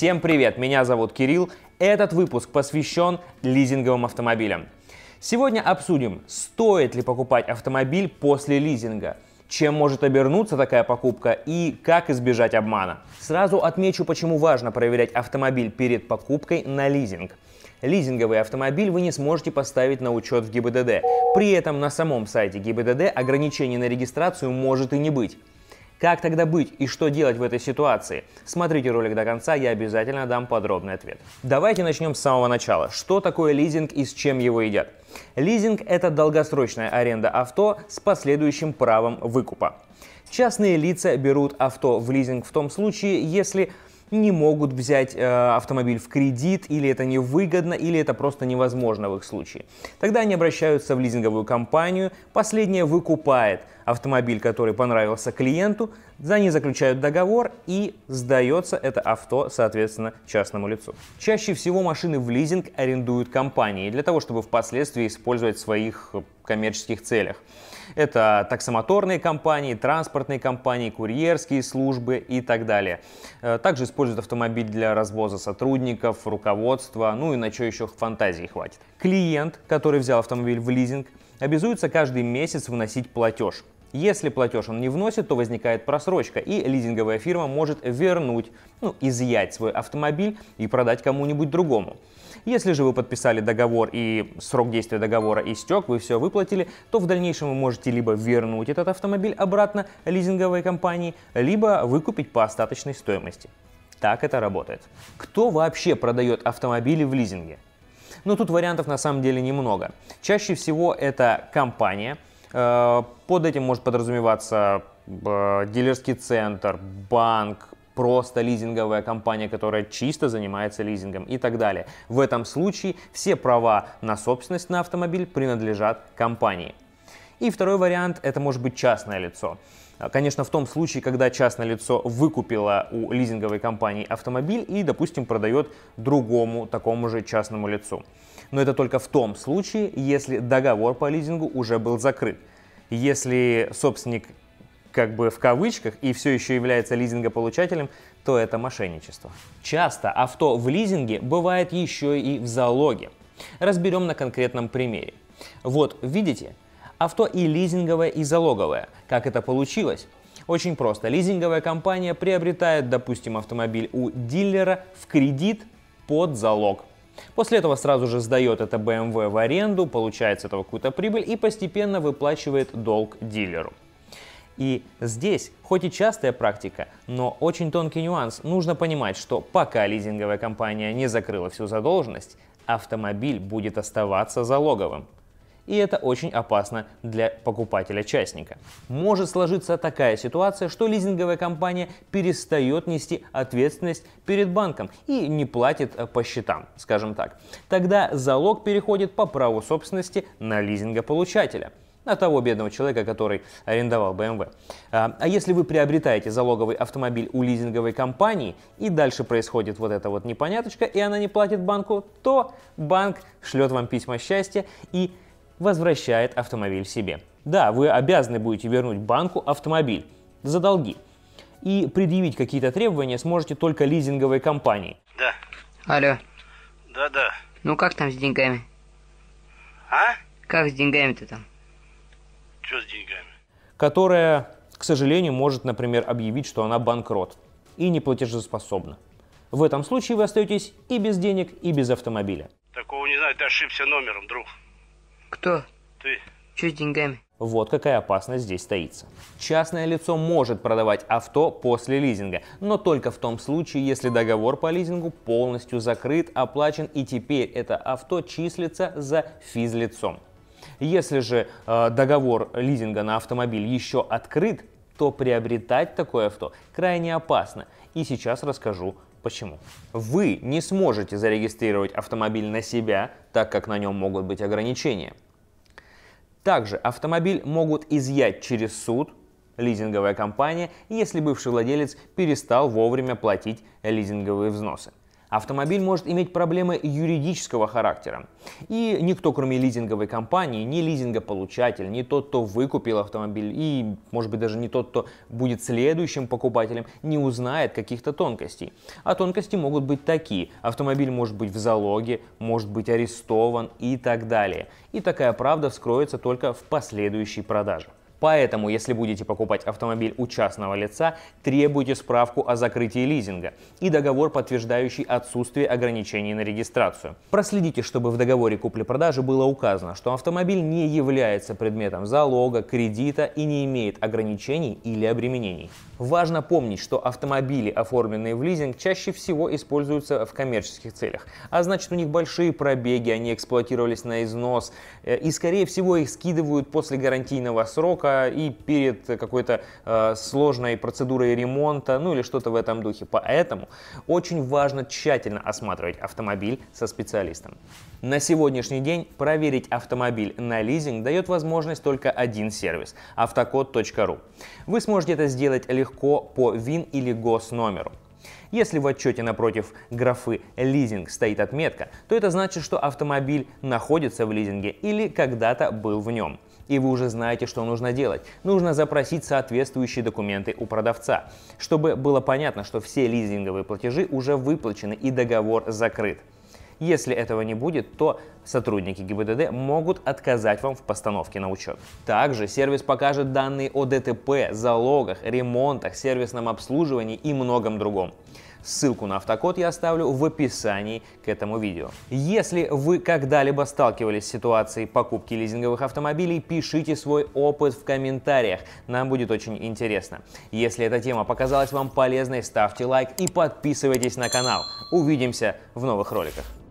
Всем привет, меня зовут Кирилл. Этот выпуск посвящен лизинговым автомобилям. Сегодня обсудим, стоит ли покупать автомобиль после лизинга, чем может обернуться такая покупка и как избежать обмана. Сразу отмечу, почему важно проверять автомобиль перед покупкой на лизинг. Лизинговый автомобиль вы не сможете поставить на учет в ГИБДД. При этом на самом сайте ГИБДД ограничений на регистрацию может и не быть. Как тогда быть и что делать в этой ситуации? Смотрите ролик до конца, я обязательно дам подробный ответ. Давайте начнем с самого начала. Что такое лизинг и с чем его едят? Лизинг – это долгосрочная аренда авто с последующим правом выкупа. Частные лица берут авто в лизинг в том случае, если не могут взять автомобиль в кредит, или это невыгодно, или это просто невозможно в их случае. Тогда они обращаются в лизинговую компанию, последняя выкупает автомобиль, который понравился клиенту, они заключают договор и сдается это авто, соответственно, частному лицу. Чаще всего машины в лизинг арендуют компании для того, чтобы впоследствии использовать в своих коммерческих целях. Это таксомоторные компании, транспортные компании, курьерские службы и так далее. Также используют автомобиль для развоза сотрудников, руководства, ну и на что еще фантазии хватит. Клиент, который взял автомобиль в лизинг, обязуется каждый месяц вносить платеж. Если платеж он не вносит, то возникает просрочка, и лизинговая фирма может вернуть, изъять свой автомобиль и продать кому-нибудь другому. Если же вы подписали договор и срок действия договора истек, вы все выплатили, то в дальнейшем вы можете либо вернуть этот автомобиль обратно лизинговой компании, либо выкупить по остаточной стоимости. Так это работает. Кто вообще продает автомобили в лизинге? Тут вариантов на самом деле немного. Чаще всего это компания. Под этим может подразумеваться дилерский центр, банк, просто лизинговая компания, которая чисто занимается лизингом и так далее. В этом случае все права на собственность на автомобиль принадлежат компании. И второй вариант – это может быть частное лицо. Конечно, в том случае, когда частное лицо выкупило у лизинговой компании автомобиль и, допустим, продает другому такому же частному лицу. Но это только в том случае, если договор по лизингу уже был закрыт. Если собственник в кавычках и все еще является лизингополучателем, то это мошенничество. Часто авто в лизинге бывает еще и в залоге. Разберем на конкретном примере. Вот видите, авто и лизинговое, и залоговое. Как это получилось? Очень просто. Лизинговая компания приобретает, допустим, автомобиль у дилера в кредит под залог. После этого сразу же сдает это BMW в аренду, получает с этого какую-то прибыль и постепенно выплачивает долг дилеру. И здесь, хоть и частая практика, но очень тонкий нюанс. Нужно понимать, что пока лизинговая компания не закрыла всю задолженность, автомобиль будет оставаться залоговым. И это очень опасно для покупателя-частника. Может сложиться такая ситуация, что лизинговая компания перестает нести ответственность перед банком и не платит по счетам, скажем так. Тогда залог переходит по праву собственности на лизингополучателя. На того бедного человека, который арендовал BMW. А если вы приобретаете залоговый автомобиль у лизинговой компании, и дальше происходит вот эта вот непоняточка, и она не платит банку, то банк шлет вам письма счастья и возвращает автомобиль себе. Да, вы обязаны будете вернуть банку автомобиль за долги. И предъявить какие-то требования сможете только лизинговой компании. Да. Алло. Да. Ну как там с деньгами? А? Как с деньгами-то там? Что с деньгами? Которая, к сожалению, может, например, объявить, что она банкрот и неплатежеспособна. В этом случае вы остаетесь и без денег, и без автомобиля. Такого не знаю, ты ошибся номером, друг. Кто? Ты. Что с деньгами? Вот какая опасность здесь таится. Частное лицо может продавать авто после лизинга, но только в том случае, если договор по лизингу полностью закрыт, оплачен и теперь это авто числится за физлицом. Если же договор лизинга на автомобиль еще открыт, то приобретать такое авто крайне опасно. И сейчас расскажу почему. Вы не сможете зарегистрировать автомобиль на себя, так как на нем могут быть ограничения. Также автомобиль могут изъять через суд, лизинговая компания, если бывший владелец перестал вовремя платить лизинговые взносы. Автомобиль может иметь проблемы юридического характера. И никто, кроме лизинговой компании, ни лизингополучатель, ни тот, кто выкупил автомобиль, и, может быть, даже не тот, кто будет следующим покупателем, не узнает каких-то тонкостей. А тонкости могут быть такие. Автомобиль может быть в залоге, может быть арестован и так далее. И такая правда вскроется только в последующей продаже. Поэтому, если будете покупать автомобиль у частного лица, требуйте справку о закрытии лизинга и договор, подтверждающий отсутствие ограничений на регистрацию. Проследите, чтобы в договоре купли-продажи было указано, что автомобиль не является предметом залога, кредита и не имеет ограничений или обременений. Важно помнить, что автомобили, оформленные в лизинг, чаще всего используются в коммерческих целях. А значит, у них большие пробеги, они эксплуатировались на износ, и, скорее всего, их скидывают после гарантийного срока и перед какой-то сложной процедурой ремонта, ну или что-то в этом духе. Поэтому очень важно тщательно осматривать автомобиль со специалистом. На сегодняшний день проверить автомобиль на лизинг дает возможность только один сервис – автокод.ру. Вы сможете это сделать легко по ВИН или госномеру. Если в отчете напротив графы «лизинг» стоит отметка, то это значит, что автомобиль находится в лизинге или когда-то был в нем. И вы уже знаете, что нужно делать. Нужно запросить соответствующие документы у продавца, чтобы было понятно, что все лизинговые платежи уже выплачены и договор закрыт. Если этого не будет, то сотрудники ГИБДД могут отказать вам в постановке на учет. Также сервис покажет данные о ДТП, залогах, ремонтах, сервисном обслуживании и многом другом. Ссылку на автокод я оставлю в описании к этому видео. Если вы когда-либо сталкивались с ситуацией покупки лизинговых автомобилей, пишите свой опыт в комментариях, нам будет очень интересно. Если эта тема показалась вам полезной, ставьте лайк и подписывайтесь на канал. Увидимся в новых роликах.